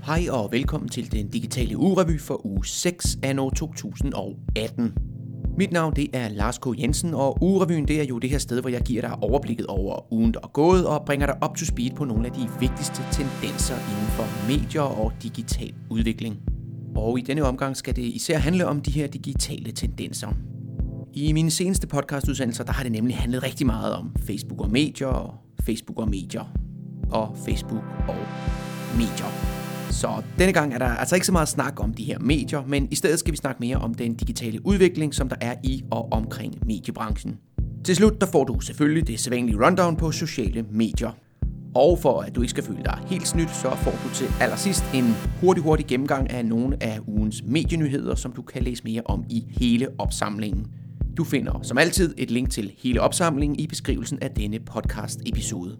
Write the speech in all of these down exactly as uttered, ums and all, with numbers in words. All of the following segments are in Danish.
Hej og velkommen til den digitale ugerevy for uge seks anno to tusind atten. Mit navn det er Lars K. Jensen, og ugerevyen det er jo det her sted, hvor jeg giver dig overblikket over ugen, der er gået, og bringer dig up to speed på nogle af de vigtigste tendenser inden for medier og digital udvikling. Og i denne omgang skal det især handle om de her digitale tendenser. I mine seneste podcastudsendelser, der har det nemlig handlet rigtig meget om Facebook og medier, og Facebook og medier, og Facebook og medier. Så denne gang er der altså ikke så meget snak om de her medier, men i stedet skal vi snakke mere om den digitale udvikling, som der er i og omkring mediebranchen. Til slut der får du selvfølgelig det sædvanlige rundown på sociale medier. Og for at du ikke skal føle dig helt snydt, så får du til allersidst en hurtig hurtig gennemgang af nogle af ugens medienyheder, som du kan læse mere om i hele opsamlingen. Du finder som altid et link til hele opsamlingen i beskrivelsen af denne podcast episode.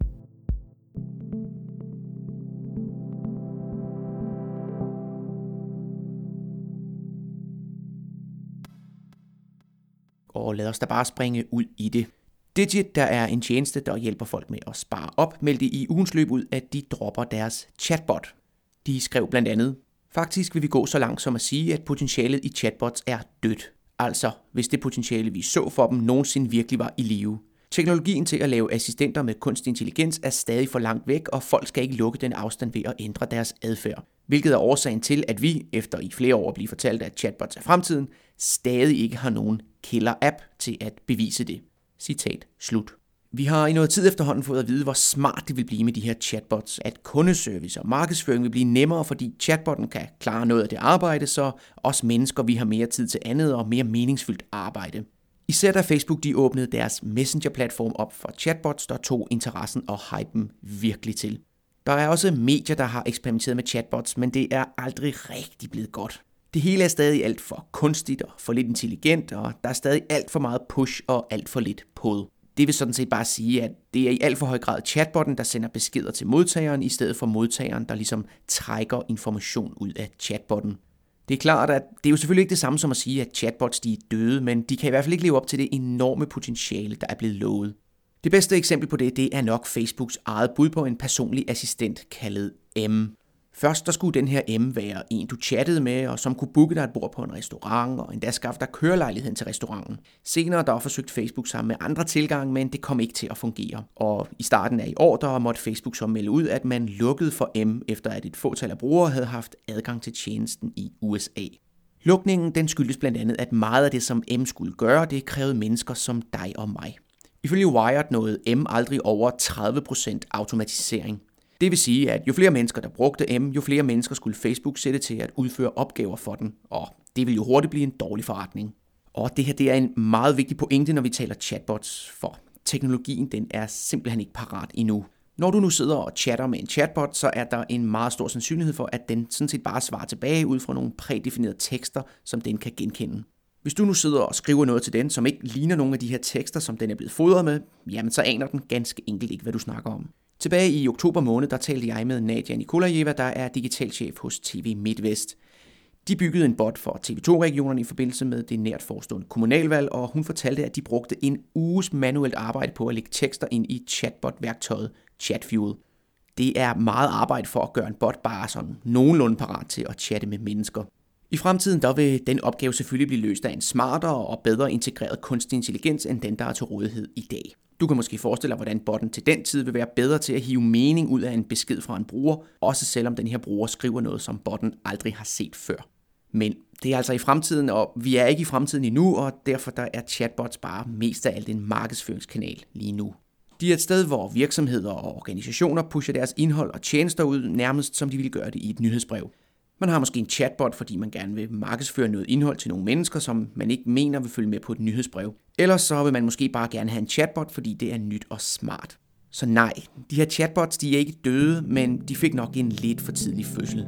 Og lad os da bare springe ud i det. Digit, der er en tjeneste, der hjælper folk med at spare op, meldte i ugens løb ud, at de dropper deres chatbot. De skrev blandt andet: faktisk vil vi gå så langt som at sige, at potentialet i chatbots er dødt. Altså, hvis det potentiale, vi så for dem, nogensinde virkelig var i live. Teknologien til at lave assistenter med kunstig intelligens er stadig for langt væk, og folk skal ikke lukke den afstand ved at ændre deres adfærd. Hvilket er årsagen til, at vi, efter i flere år at blive fortalt, at chatbots er fremtiden, stadig ikke har nogen killer-app til at bevise det. Citat slut. Vi har i noget tid efterhånden fået at vide, hvor smart det vil blive med de her chatbots. At kundeservice og markedsføring vil blive nemmere, fordi chatbotten kan klare noget af det arbejde, så os mennesker vi har mere tid til andet og mere meningsfyldt arbejde. Især da Facebook de åbnede deres Messenger-platform op for chatbots, der tog interessen og hypen virkelig til. Der er også medier, der har eksperimenteret med chatbots, men det er aldrig rigtig blevet godt. Det hele er stadig alt for kunstigt og for lidt intelligent, og der er stadig alt for meget push og alt for lidt pull. Det vil sådan set bare sige, at det er i alt for høj grad chatbotten, der sender beskeder til modtageren, i stedet for modtageren, der ligesom trækker information ud af chatbotten. Det er klart, at det er jo selvfølgelig ikke det samme som at sige, at chatbots de er døde, men de kan i hvert fald ikke leve op til det enorme potentiale, der er blevet lovet. Det bedste eksempel på det, det er nok Facebooks eget bud på en personlig assistent kaldet M. Først der skulle den her M være en, du chattede med, og som kunne booke dig et bord på en restaurant, og endda skaffe dig kørelejligheden til restauranten. Senere der forsøgte Facebook sammen med andre tilgange, men det kom ikke til at fungere. Og i starten af i år, der måtte Facebook så melde ud, at man lukkede for M, efter at et fåtal af brugere havde haft adgang til tjenesten i U S A. Lukningen den skyldes blandt andet, at meget af det, som M skulle gøre, det krævede mennesker som dig og mig. Ifølge Wired nåede M aldrig over tredive procent automatisering. Det vil sige, at jo flere mennesker, der brugte M, jo flere mennesker skulle Facebook sætte til at udføre opgaver for den, og det vil jo hurtigt blive en dårlig forretning. Og det her det er en meget vigtig pointe, når vi taler chatbots, for teknologien den er simpelthen ikke parat endnu. Når du nu sidder og chatter med en chatbot, så er der en meget stor sandsynlighed for, at den sådan set bare svarer tilbage ud fra nogle prædefinerede tekster, som den kan genkende. Hvis du nu sidder og skriver noget til den, som ikke ligner nogle af de her tekster, som den er blevet fodret med, jamen så aner den ganske enkelt ikke, hvad du snakker om. Tilbage i oktober måned, der talte jeg med Nadia Nikolajeva, der er digitalchef hos T V MidtVest. De byggede en bot for T V to-regionerne i forbindelse med det nært forestående kommunalvalg, og hun fortalte, at de brugte en uges manuelt arbejde på at lægge tekster ind i chatbot-værktøjet ChatFuel. Det er meget arbejde for at gøre en bot bare sådan nogenlunde parat til at chatte med mennesker. I fremtiden der vil den opgave selvfølgelig blive løst af en smartere og bedre integreret kunstig intelligens, end den, der er til rådighed i dag. Du kan måske forestille dig, hvordan botten til den tid vil være bedre til at hive mening ud af en besked fra en bruger, også selvom den her bruger skriver noget, som botten aldrig har set før. Men det er altså i fremtiden, og vi er ikke i fremtiden endnu, og derfor der er chatbots bare mest af alt en markedsføringskanal lige nu. De er et sted, hvor virksomheder og organisationer pusher deres indhold og tjenester ud, nærmest som de ville gøre det i et nyhedsbrev. Man har måske en chatbot, fordi man gerne vil markedsføre noget indhold til nogle mennesker, som man ikke mener vil følge med på et nyhedsbrev. Ellers så vil man måske bare gerne have en chatbot, fordi det er nyt og smart. Så nej, de her chatbots de er ikke døde, men de fik nok en lidt for tidlig fødsel.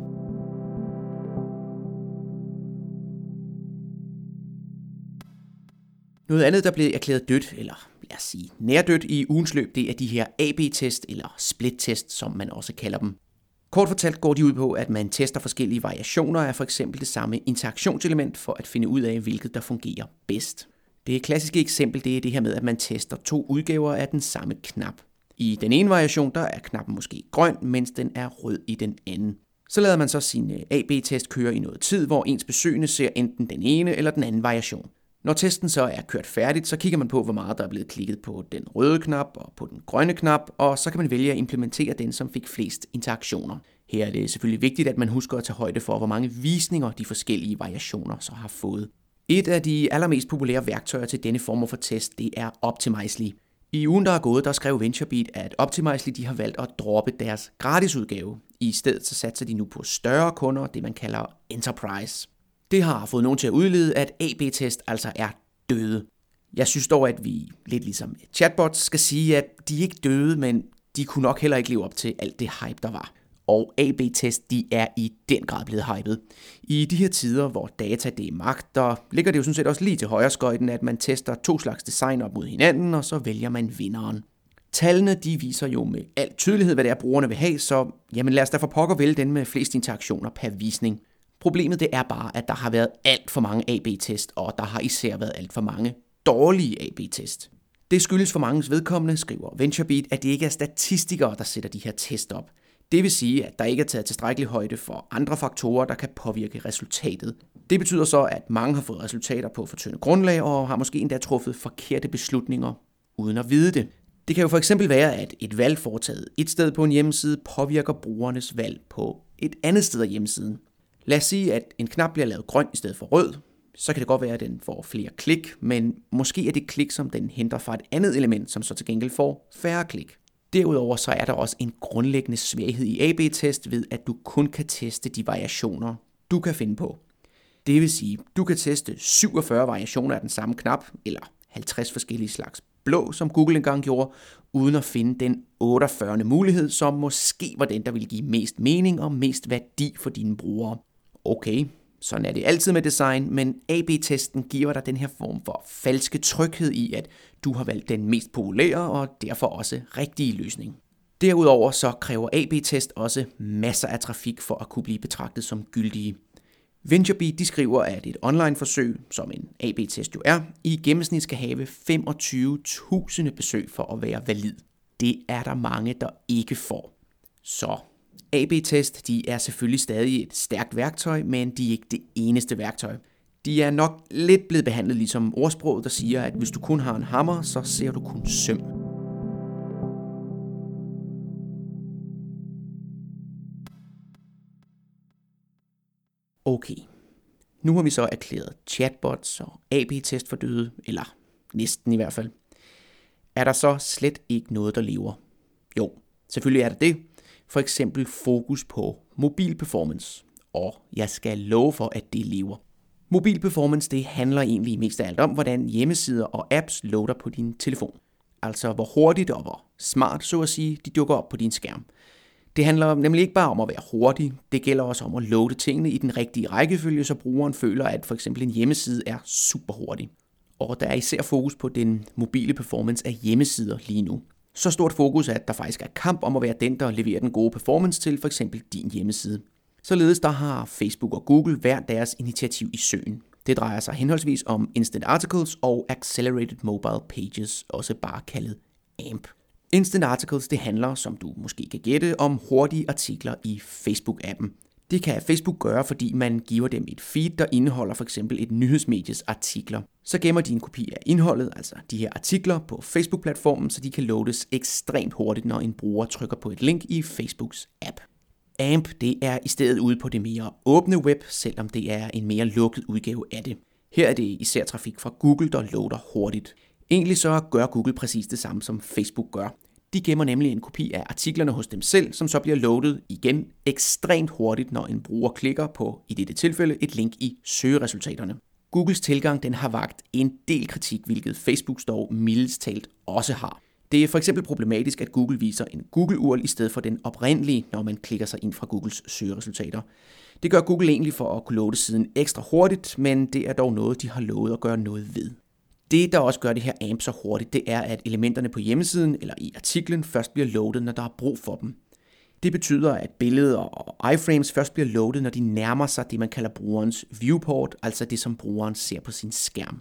Noget andet, der blev erklæret dødt, eller lad os sige nærdødt i ugens løb, det er de her A B-test eller split-test, som man også kalder dem. Kort fortalt går de ud på, at man tester forskellige variationer af for eksempel det samme interaktionselement for at finde ud af, hvilket der fungerer bedst. Det klassiske eksempel det er det her med, at man tester to udgaver af den samme knap. I den ene variation der er knappen måske grøn, mens den er rød i den anden. Så lader man så sin A B-test køre i noget tid, hvor ens besøgende ser enten den ene eller den anden variation. Når testen så er kørt færdigt, så kigger man på, hvor meget der er blevet klikket på den røde knap og på den grønne knap, og så kan man vælge at implementere den, som fik flest interaktioner. Her er det selvfølgelig vigtigt, at man husker at tage højde for, hvor mange visninger de forskellige variationer så har fået. Et af de allermest populære værktøjer til denne form for test, det er Optimizely. I ugen, der er gået, der skrev VentureBeat, at Optimizely de har valgt at droppe deres gratisudgave. I stedet så satser de nu på større kunder, det man kalder Enterprise. Det har fået nogen til at udlede, at A B-test altså er døde. Jeg synes dog, at vi, lidt ligesom chatbots, skal sige, at de ikke er døde, men de kunne nok heller ikke leve op til alt det hype, der var. Og A B-test, de er i den grad blevet hypet. I de her tider, hvor data det er magt, der ligger det jo sådan set også lige til højre skøjten, at man tester to slags design op mod hinanden, og så vælger man vinderen. Tallene, de viser jo med al tydelighed, hvad det er, brugerne vil have, så jamen lad os derfor pokker vælge den med flest interaktioner per visning. Problemet det er bare, at der har været alt for mange A B-test, og der har især været alt for mange dårlige A B-test. Det skyldes for manges vedkommende, skriver VentureBeat, at det ikke er statistikere, der sætter de her test op. Det vil sige, at der ikke er taget tilstrækkelig højde for andre faktorer, der kan påvirke resultatet. Det betyder så, at mange har fået resultater på for tynde grundlag, og har måske endda truffet forkerte beslutninger, uden at vide det. Det kan jo for eksempel være, at et valg foretaget et sted på en hjemmeside påvirker brugernes valg på et andet sted af hjemmesiden. Lad os sige, at en knap bliver lavet grøn i stedet for rød. Så kan det godt være, at den får flere klik, men måske er det klik, som den henter fra et andet element, som så til gengæld får færre klik. Derudover så er der også en grundlæggende svaghed i A B-test ved, at du kun kan teste de variationer, du kan finde på. Det vil sige, du kan teste syvogfyrre variationer af den samme knap, eller halvtreds forskellige slags blå, som Google engang gjorde, uden at finde den otteogfyrre mulighed, som måske var den, der ville give mest mening og mest værdi for dine brugere. Okay, sådan er det altid med design, men A B-testen giver dig den her form for falske tryghed i, at du har valgt den mest populære og derfor også rigtige løsning. Derudover så kræver A B-test også masser af trafik for at kunne blive betragtet som gyldige. VentureBeat de skriver, at et online-forsøg, som en A B-test jo er, i gennemsnit skal have femogtyve tusind besøg for at være valid. Det er der mange, der ikke får. Så A B-test de er selvfølgelig stadig et stærkt værktøj, men de er ikke det eneste værktøj. De er nok lidt blevet behandlet ligesom ordsproget, der siger, at hvis du kun har en hammer, så ser du kun søm. Okay, nu har vi så erklæret chatbots og A B-test for døde, eller næsten i hvert fald. Er der så slet ikke noget, der lever? Jo, selvfølgelig er der det. For eksempel fokus på mobil performance, og jeg skal love for, at det lever. Mobil performance det handler egentlig mest af alt om, hvordan hjemmesider og apps loader på din telefon. Altså hvor hurtigt og hvor smart, så at sige, de dukker op på din skærm. Det handler nemlig ikke bare om at være hurtig, det gælder også om at loade tingene i den rigtige rækkefølge, så brugeren føler, at for eksempel en hjemmeside er super hurtig. Og der er især fokus på den mobile performance af hjemmesider lige nu. Så stort fokus, at der faktisk er kamp om at være den, der leverer den gode performance til for eksempel din hjemmeside. Således der har Facebook og Google hver deres initiativ i søen. Det drejer sig henholdsvis om Instant Articles og Accelerated Mobile Pages, også bare kaldet A M P. Instant Articles det handler, som du måske kan gætte, om hurtige artikler i Facebook-appen. Det kan Facebook gøre, fordi man giver dem et feed, der indeholder for eksempel et nyhedsmedies artikler. Så gemmer de en kopi af indholdet, altså de her artikler, på Facebook-platformen, så de kan loades ekstremt hurtigt, når en bruger trykker på et link i Facebooks app. A M P det er i stedet ude på det mere åbne web, selvom det er en mere lukket udgave af det. Her er det især trafik fra Google, der loader hurtigt. Egentlig så gør Google præcis det samme, som Facebook gør. De gemmer nemlig en kopi af artiklerne hos dem selv, som så bliver loadet igen ekstremt hurtigt, når en bruger klikker på, i dette tilfælde, et link i søgeresultaterne. Googles tilgang den har vakt en del kritik, hvilket Facebook dog mildest talt også har. Det er for eksempel problematisk, at Google viser en Google-U R L i stedet for den oprindelige, når man klikker sig ind fra Googles søgeresultater. Det gør Google egentlig for at kunne loade siden ekstra hurtigt, men det er dog noget, de har lovet at gøre noget ved. Det, der også gør det her A M P så hurtigt, det er, at elementerne på hjemmesiden eller i artiklen først bliver loadet, når der er brug for dem. Det betyder, at billeder og iframes først bliver loadet, når de nærmer sig det, man kalder brugerens viewport, altså det, som brugeren ser på sin skærm.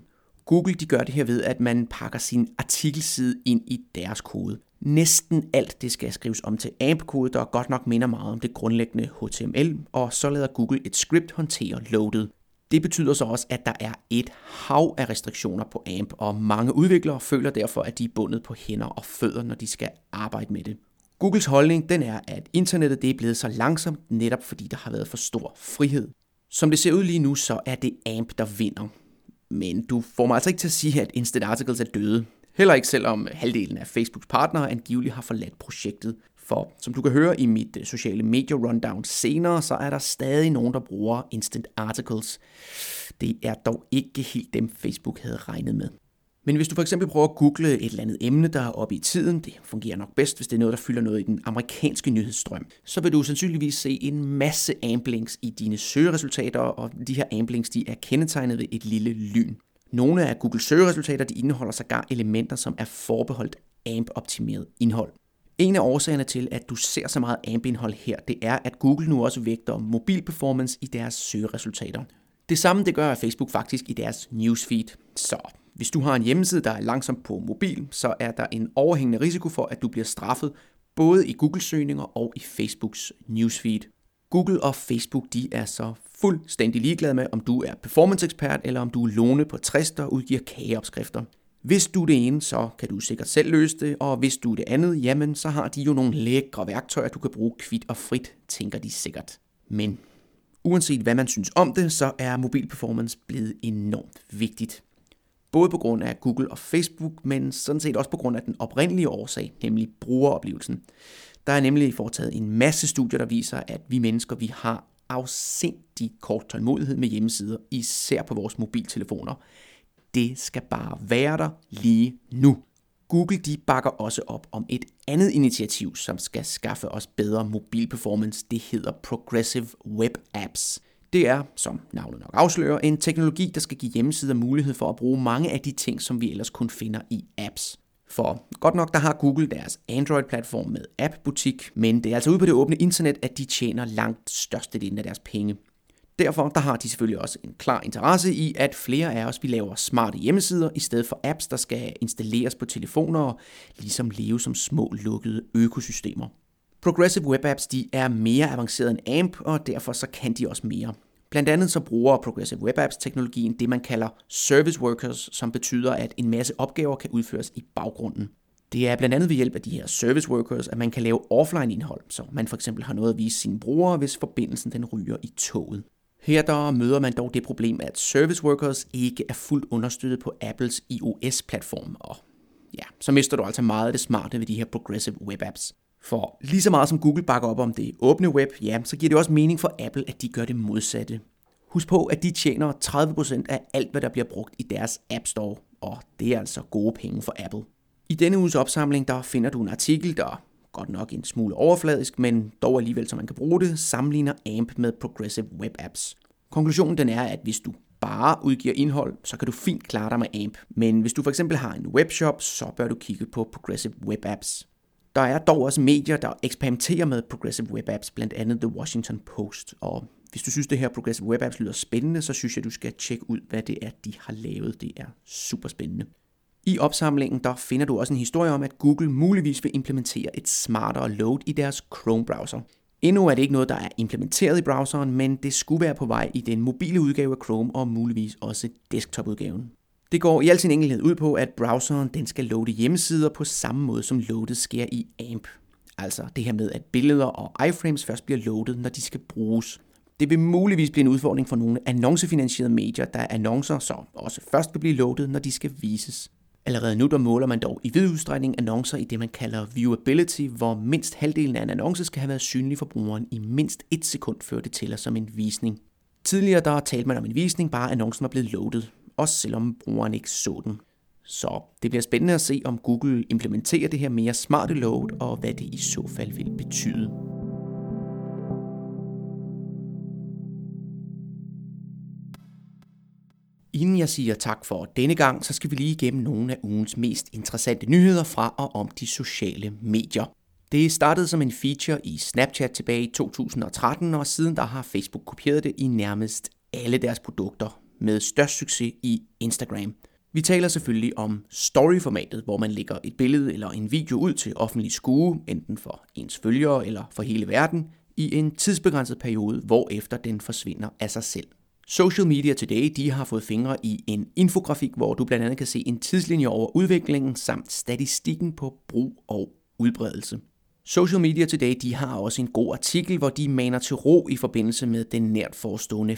Google de gør det her ved, at man pakker sin artikelside ind i deres kode. Næsten alt det skal skrives om til A M P-kode, der godt nok minder meget om det grundlæggende H T M L, og så lader Google et script håndtere loadet. Det betyder så også, at der er et hav af restriktioner på A M P, og mange udviklere føler derfor, at de er bundet på hænder og fødder, når de skal arbejde med det. Googles holdning den er, at internettet det er blevet så langsomt, netop fordi der har været for stor frihed. Som det ser ud lige nu, så er det A M P, der vinder. Men du får mig altså ikke til at sige, at Instant Articles er døde. Heller ikke selvom halvdelen af Facebooks partnere angiveligt har forladt projektet. For som du kan høre i mit sociale medier rundown senere, så er der stadig nogen, der bruger Instant Articles. Det er dog ikke helt dem, Facebook havde regnet med. Men hvis du for eksempel prøver at google et eller andet emne, der er oppe i tiden, det fungerer nok bedst, hvis det er noget, der fylder noget i den amerikanske nyhedsstrøm, så vil du sandsynligvis se en masse A M P-links i dine søgeresultater, og de her A M P-links de er kendetegnet ved et lille lyn. Nogle af Googles søgeresultater de indeholder sågar elementer, som er forbeholdt A M P-optimeret indhold. En af årsagerne til, at du ser så meget A M P-indhold her, det er, at Google nu også vægter mobilperformance i deres søgeresultater. Det samme det gør Facebook faktisk i deres newsfeed. Så hvis du har en hjemmeside, der er langsom på mobil, så er der en overhængende risiko for, at du bliver straffet både i Google-søgninger og i Facebooks newsfeed. Google og Facebook de er så fuldstændig ligeglade med, om du er performance-ekspert eller om du er lone på tres, der udgiver kageopskrifter. Hvis du er det ene, så kan du sikkert selv løse det, og hvis du er det andet, jamen så har de jo nogle lækre værktøjer, du kan bruge kvit og frit, tænker de sikkert. Men uanset hvad man synes om det, så er mobilperformance blevet enormt vigtigt. Både på grund af Google og Facebook, men sådan set også på grund af den oprindelige årsag, nemlig brugeroplevelsen. Der er nemlig foretaget en masse studier, der viser, at vi mennesker vi har afsindig kort tålmodighed med hjemmesider, især på vores mobiltelefoner. Det skal bare være der lige nu. Google de bakker også op om et andet initiativ, som skal skaffe os bedre mobilperformance. Det hedder Progressive Web Apps. Det er, som navnet nok afslører, en teknologi, der skal give hjemmesider mulighed for at bruge mange af de ting, som vi ellers kun finder i apps. For godt nok, der har Google deres Android-platform med app-butik, men det er altså ude på det åbne internet, at de tjener langt størstedelen af deres penge. Derfor der har de selvfølgelig også en klar interesse i, at flere af os vi laver smarte hjemmesider, i stedet for apps, der skal installeres på telefoner og ligesom leve som små lukkede økosystemer. Progressive Web Apps de er mere avancerede end A M P, og derfor så kan de også mere. Blandt andet så bruger Progressive Web Apps teknologien det, man kalder service workers, som betyder, at en masse opgaver kan udføres i baggrunden. Det er blandt andet ved hjælp af de her service workers, at man kan lave offline indhold, så man for eksempel har noget at vise sine brugere, hvis forbindelsen den ryger i toget. Her der møder man dog det problem, at service workers ikke er fuldt understøttet på Apples iOS-platform, og ja, så mister du altså meget af det smarte ved de her Progressive Web Apps. For lige så meget som Google bakker op om det åbne web, ja, så giver det også mening for Apple, at de gør det modsatte. Husk på, at de tjener tredive procent af alt, hvad der bliver brugt i deres App Store, og det er altså gode penge for Apple. I denne uges opsamling, der finder du en artikel, der godt nok en smule overfladisk, men dog alligevel, så man kan bruge det, sammenligner A M P med Progressive Web Apps. Konklusionen den er, at hvis du bare udgiver indhold, så kan du fint klare dig med A M P. Men hvis du for eksempel har en webshop, så bør du kigge på Progressive Web Apps. Der er dog også medier, der eksperimenterer med Progressive Web Apps, blandt andet The Washington Post. Og hvis du synes, det her Progressive Web Apps lyder spændende, så synes jeg, du skal tjekke ud, hvad det er, de har lavet. Det er super spændende. I opsamlingen der finder du også en historie om, at Google muligvis vil implementere et smartere load i deres Chrome-browser. Endnu er det ikke noget, der er implementeret i browseren, men det skulle være på vej i den mobile udgave af Chrome og muligvis også desktop-udgaven. Det går i al sin enkelhed ud på, at browseren den skal loade hjemmesider på samme måde, som loadet sker i A M P. Altså det her med, at billeder og iframes først bliver loadet, når de skal bruges. Det vil muligvis blive en udfordring for nogle annoncefinansierede medier, der annoncer så også først vil blive loadet, når de skal vises. Allerede nu der måler man dog i vid udstrækning annoncer i det, man kalder viewability, hvor mindst halvdelen af en annonce skal have været synlig for brugeren i mindst et sekund, før det tæller som en visning. Tidligere der talte man om en visning, bare annoncen var blevet loadet, også selvom brugeren ikke så den. Så det bliver spændende at se, om Google implementerer det her mere smarte load, og hvad det i så fald vil betyde. Inden jeg siger tak for denne gang, så skal vi lige igennem nogle af ugens mest interessante nyheder fra og om de sociale medier. Det startede som en feature i Snapchat tilbage i to tusind og tretten, og siden der har Facebook kopieret det i nærmest alle deres produkter, med størst succes i Instagram. Vi taler selvfølgelig om story-formatet, hvor man lægger et billede eller en video ud til offentlig skue, enten for ens følgere eller for hele verden, i en tidsbegrænset periode, hvorefter den forsvinder af sig selv. Social Media Today de har fået fingre i en infografik, hvor du blandt andet kan se en tidslinje over udviklingen samt statistikken på brug og udbredelse. Social Media Today de har også en god artikel, hvor de maner til ro i forbindelse med den nært forestående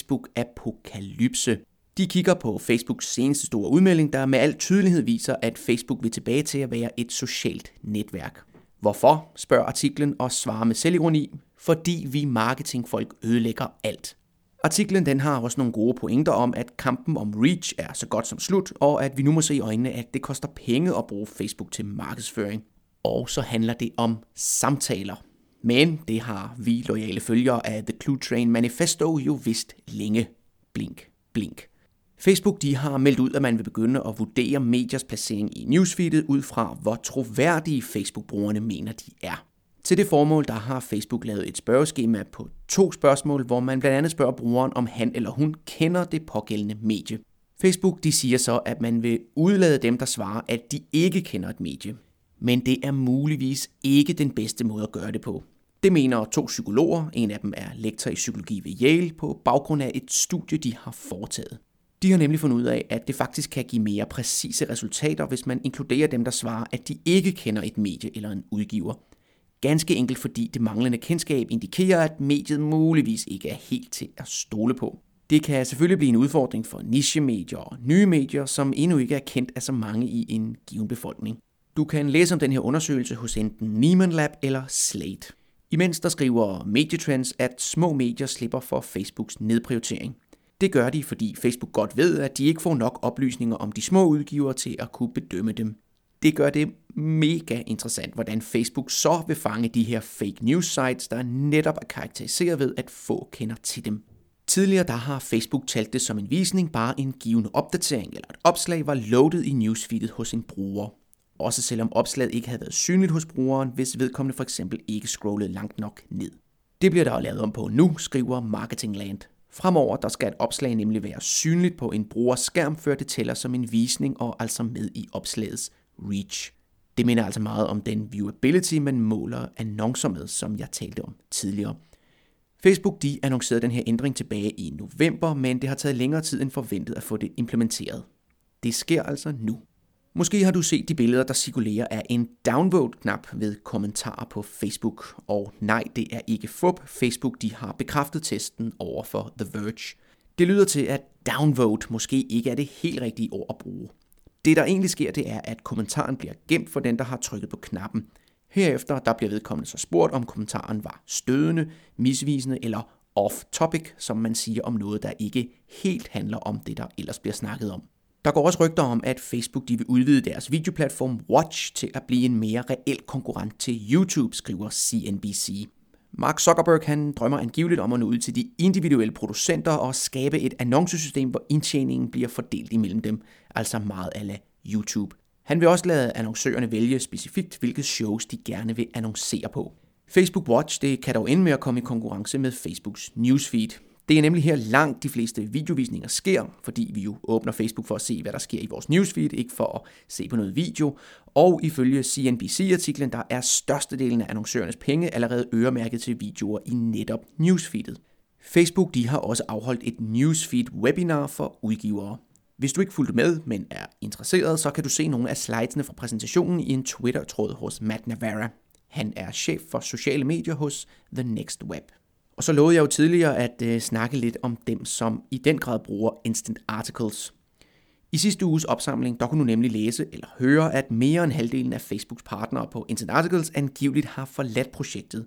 Facebook-apokalypse. De kigger på Facebooks seneste store udmelding, der med al tydelighed viser, at Facebook vil tilbage til at være et socialt netværk. Hvorfor, spørger artiklen og svarer med selvironi, fordi vi marketingfolk ødelægger alt. Artiklen den har også nogle gode pointer om, at kampen om reach er så godt som slut, og at vi nu må se i øjnene, at det koster penge at bruge Facebook til markedsføring. Og så handler det om samtaler. Men det har vi loyale følgere af The Clue Train Manifesto jo vidst længe. Blink, blink. Facebook de har meldt ud, at man vil begynde at vurdere mediers placering i newsfeedet ud fra, hvor troværdige Facebook-brugerne mener, de er. Til det formål, der har Facebook lavet et spørgeskema på to spørgsmål, hvor man blandt andet spørger brugeren, om han eller hun kender det pågældende medie. Facebook de siger så, at man vil udlade dem, der svarer, at de ikke kender et medie. Men det er muligvis ikke den bedste måde at gøre det på. Det mener to psykologer, en af dem er lektor i psykologi ved Yale, på baggrund af et studie, de har foretaget. De har nemlig fundet ud af, at det faktisk kan give mere præcise resultater, hvis man inkluderer dem, der svarer, at de ikke kender et medie eller en udgiver. Ganske enkelt fordi det manglende kendskab indikerer, at mediet muligvis ikke er helt til at stole på. Det kan selvfølgelig blive en udfordring for nichemedier og nye medier, som endnu ikke er kendt af så mange i en given befolkning. Du kan læse om den her undersøgelse hos enten Nieman Lab eller Slate. Imens der skriver Medietrends, at små medier slipper for Facebooks nedprioritering. Det gør de, fordi Facebook godt ved, at de ikke får nok oplysninger om de små udgivere til at kunne bedømme dem. Det gør det mega interessant, hvordan Facebook så vil fange de her fake news sites, der netop er karakteriseret ved, at få kender til dem. Tidligere der har Facebook talt det som en visning, bare en givende opdatering eller et opslag var loadet i newsfeedet hos en bruger. Også selvom opslaget ikke havde været synligt hos brugeren, hvis vedkommende for eksempel ikke scrollede langt nok ned. Det bliver der lavet om på nu, skriver Marketingland. Fremover der skal et opslag nemlig være synligt på en brugers skærm, før det tæller som en visning og altså med i opslagets reach. Det minder altså meget om den viewability, man måler annoncer med, som jeg talte om tidligere. Facebook de annoncerede den her ændring tilbage i november, men det har taget længere tid end forventet at få det implementeret. Det sker altså nu. Måske har du set de billeder, der cirkulerer af en downvote-knap ved kommentarer på Facebook. Og nej, det er ikke fup. Facebook de har bekræftet testen over for The Verge. Det lyder til, at downvote måske ikke er det helt rigtige ord at bruge. Det, der egentlig sker, det er, at kommentaren bliver gemt for den, der har trykket på knappen. Herefter der bliver vedkommende så spurgt, om kommentaren var stødende, misvisende eller off-topic, som man siger om noget, der ikke helt handler om det, der ellers bliver snakket om. Der går også rygter om, at Facebook de vil udvide deres videoplatform Watch til at blive en mere reel konkurrent til YouTube, skriver C N B C. Mark Zuckerberg han drømmer angiveligt om at nå ud til de individuelle producenter og skabe et annoncesystem, hvor indtjeningen bliver fordelt imellem dem, altså meget a la YouTube. Han vil også lade annoncørerne vælge specifikt, hvilke shows de gerne vil annoncere på. Facebook Watch det kan dog ende med at komme i konkurrence med Facebooks newsfeed. Det er nemlig her langt de fleste videovisninger sker, fordi vi jo åbner Facebook for at se, hvad der sker i vores newsfeed, ikke for at se på noget video. Og ifølge C N B C-artiklen, der er størstedelen af annoncørernes penge allerede øremærket til videoer i netop newsfeedet. Facebook de har også afholdt et newsfeed-webinar for udgivere. Hvis du ikke fulgte med, men er interesseret, så kan du se nogle af slidesene fra præsentationen i en Twitter-tråd hos Matt Navarra. Han er chef for sociale medier hos The Next Web. Og så lovede jeg jo tidligere at øh, snakke lidt om dem, som i den grad bruger Instant Articles. I sidste uges opsamling, der kunne du nemlig læse eller høre, at mere end halvdelen af Facebooks partnere på Instant Articles angiveligt har forladt projektet.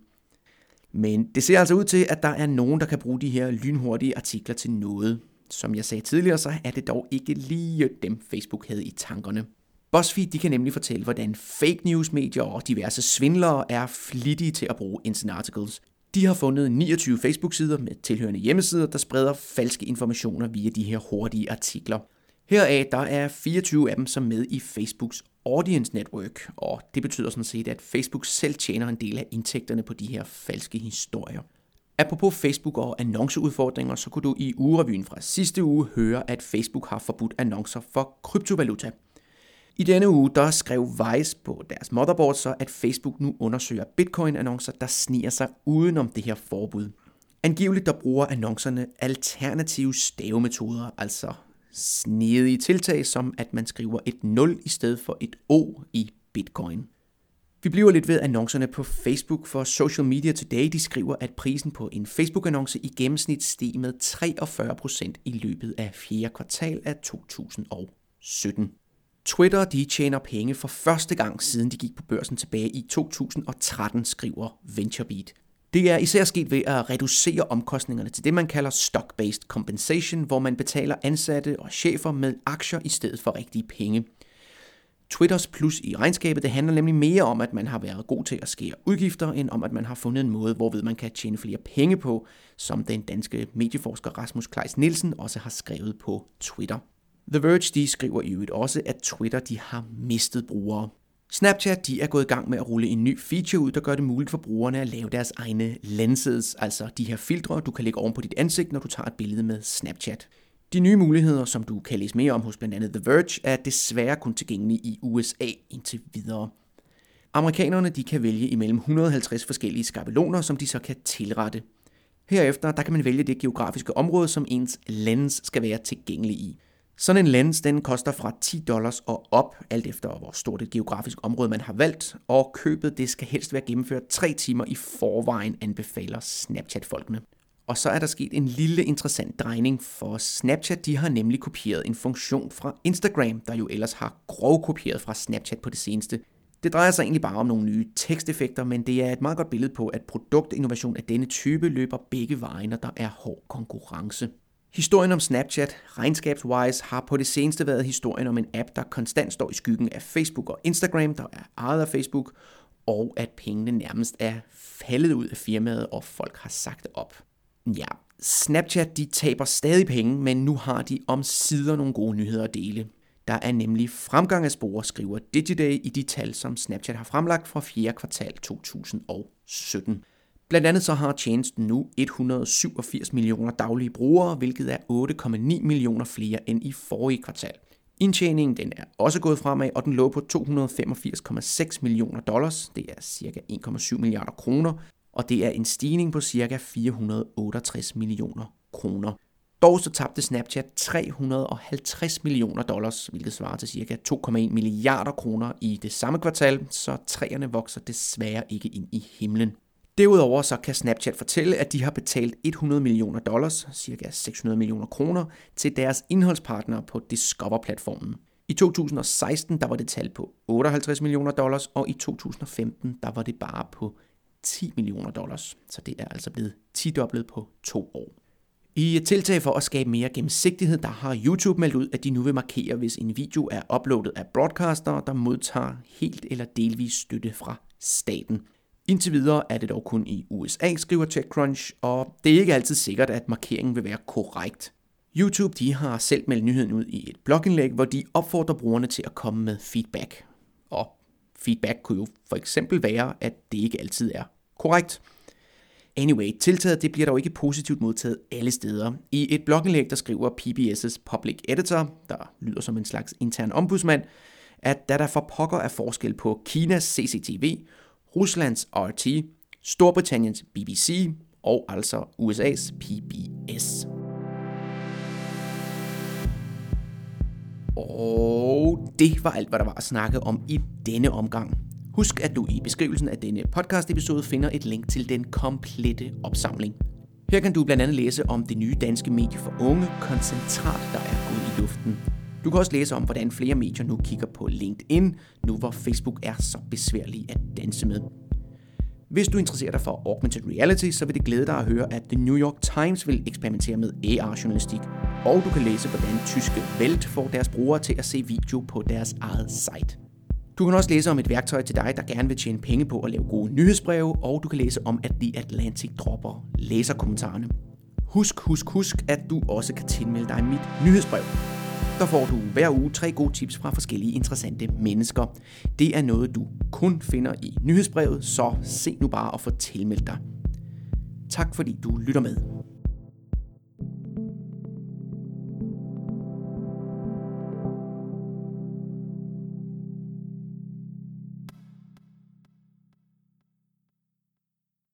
Men det ser altså ud til, at der er nogen, der kan bruge de her lynhurtige artikler til noget. Som jeg sagde tidligere, så er det dog ikke lige dem, Facebook havde i tankerne. BuzzFeed de kan nemlig fortælle, hvordan fake news medier og diverse svindlere er flittige til at bruge Instant Articles. De har fundet niogtyve Facebook-sider med tilhørende hjemmesider, der spreder falske informationer via de her hurtige artikler. Heraf der er fireogtyve af dem som med i Facebooks Audience Network, og det betyder sådan set, at Facebook selv tjener en del af indtægterne på de her falske historier. Apropos Facebook og annonceudfordringer, så kunne du i ugerevyen fra sidste uge høre, at Facebook har forbudt annoncer for kryptovaluta. I denne uge der skrev Vice på deres motherboard så, at Facebook nu undersøger bitcoin-annoncer, der sniger sig udenom det her forbud. Angiveligt der bruger annoncerne alternative stavemetoder, altså snedige tiltag, som at man skriver et nul i stedet for et O i bitcoin. Vi bliver lidt ved annoncerne på Facebook, for Social Media Today de skriver, at prisen på en Facebook-annonce i gennemsnit steg med treogfyrre procent i løbet af fjerde kvartal af to tusind og sytten. Twitter de tjener penge for første gang siden de gik på børsen tilbage i to tusind og tretten, skriver VentureBeat. Det er især sket ved at reducere omkostningerne til det, man kalder stock-based compensation, hvor man betaler ansatte og chefer med aktier i stedet for rigtige penge. Twitters plus i regnskabet det handler nemlig mere om, at man har været god til at skære udgifter, end om, at man har fundet en måde, hvorved man kan tjene flere penge på, som den danske medieforsker Rasmus Kleis Nielsen også har skrevet på Twitter. The Verge de skriver i øvrigt også, at Twitter de har mistet brugere. Snapchat de er gået i gang med at rulle en ny feature ud, der gør det muligt for brugerne at lave deres egne lenses, altså de her filtre, du kan lægge oven på dit ansigt, når du tager et billede med Snapchat. De nye muligheder, som du kan læse mere om hos blandt andet The Verge, er desværre kun tilgængelige i U S A indtil videre. Amerikanerne de kan vælge imellem et hundrede og halvtreds forskellige skabeloner, som de så kan tilrette. Herefter der kan man vælge det geografiske område, som ens lens skal være tilgængelig i. Sådan en lens den koster fra ti dollars og op, alt efter hvor stort et geografisk område man har valgt, og købet det skal helst være gennemført tre timer i forvejen, anbefaler Snapchat-folkene. Og så er der sket en lille interessant drejning, for Snapchat de har nemlig kopieret en funktion fra Instagram, der jo ellers har grovkopieret fra Snapchat på det seneste. Det drejer sig egentlig bare om nogle nye teksteffekter, men det er et meget godt billede på, at produktinnovation af denne type løber begge veje, når der er hård konkurrence. Historien om Snapchat, regnskabswise, har på det seneste været historien om en app, der konstant står i skyggen af Facebook og Instagram, der er ejet af Facebook, og at pengene nærmest er faldet ud af firmaet, og folk har sagt op. Ja, Snapchat de taber stadig penge, men nu har de omsider nogle gode nyheder at dele. Der er nemlig fremgang af spor, skriver Digiday i de tal, som Snapchat har fremlagt fra fjerde kvartal to tusind og sytten. Blandt andet så har tjenesten nu et hundrede og syvogfirs millioner daglige brugere, hvilket er otte komma ni millioner flere end i forrige kvartal. Indtjeningen den er også gået fremad, og den lå på to hundrede og femogfirs komma seks millioner dollars, det er ca. en komma syv milliarder kroner, og det er en stigning på ca. fire hundrede og otteogtres millioner kroner. Dog så tabte Snapchat tre hundrede og halvtreds millioner dollars, hvilket svarer til ca. to komma en milliarder kroner i det samme kvartal, så træerne vokser desværre ikke ind i himlen. Derudover så kan Snapchat fortælle, at de har betalt hundrede millioner dollars, ca. seks hundrede millioner kroner, til deres indholdspartnere på Discover-platformen. I to tusind og seksten der var det tal på otteoghalvtreds millioner dollars, og i to tusind og femten der var det bare på ti millioner dollars. Så det er altså blevet tidoblet på to år. I et tiltag for at skabe mere gennemsigtighed, der har YouTube meldt ud, at de nu vil markere, hvis en video er uploadet af broadcastere, der modtager helt eller delvis støtte fra staten. Indtil videre er det dog kun i U S A, skriver TechCrunch, og det er ikke altid sikkert, at markeringen vil være korrekt. YouTube de har selv meldt nyheden ud i et blogindlæg, hvor de opfordrer brugerne til at komme med feedback. Og feedback kunne jo for eksempel være, at det ikke altid er korrekt. Anyway, tiltaget det bliver dog ikke positivt modtaget alle steder. I et blogindlæg, der skriver P B S' Public Editor, der lyder som en slags intern ombudsmand, at da der for pokker er forskel på Kinas C C T V, Ruslands R T, Storbritanniens B B C og altså U S A's P B S. Og det var alt, hvad der var at snakke om i denne omgang. Husk, at du i beskrivelsen af denne podcast-episode finder et link til den komplette opsamling. Her kan du blandt andet læse om det nye danske medie for unge, Koncentrat, der er gået i luften. Du kan også læse om, hvordan flere medier nu kigger på LinkedIn, nu hvor Facebook er så besværlig at danse med. Hvis du interesserer dig for augmented reality, så vil det glæde dig at høre, at The New York Times vil eksperimentere med A R-journalistik. Og du kan læse, hvordan tyske Welt får deres brugere til at se video på deres eget site. Du kan også læse om et værktøj til dig, der gerne vil tjene penge på at lave gode nyhedsbreve, og du kan læse om, at The Atlantic dropper læserkommentarerne. Husk, husk, husk, at du også kan tilmelde dig mit nyhedsbrev. Der får du hver uge tre gode tips fra forskellige interessante mennesker. Det er noget, du kun finder i nyhedsbrevet, så se nu bare at få tilmeldt dig. Tak fordi du lytter med.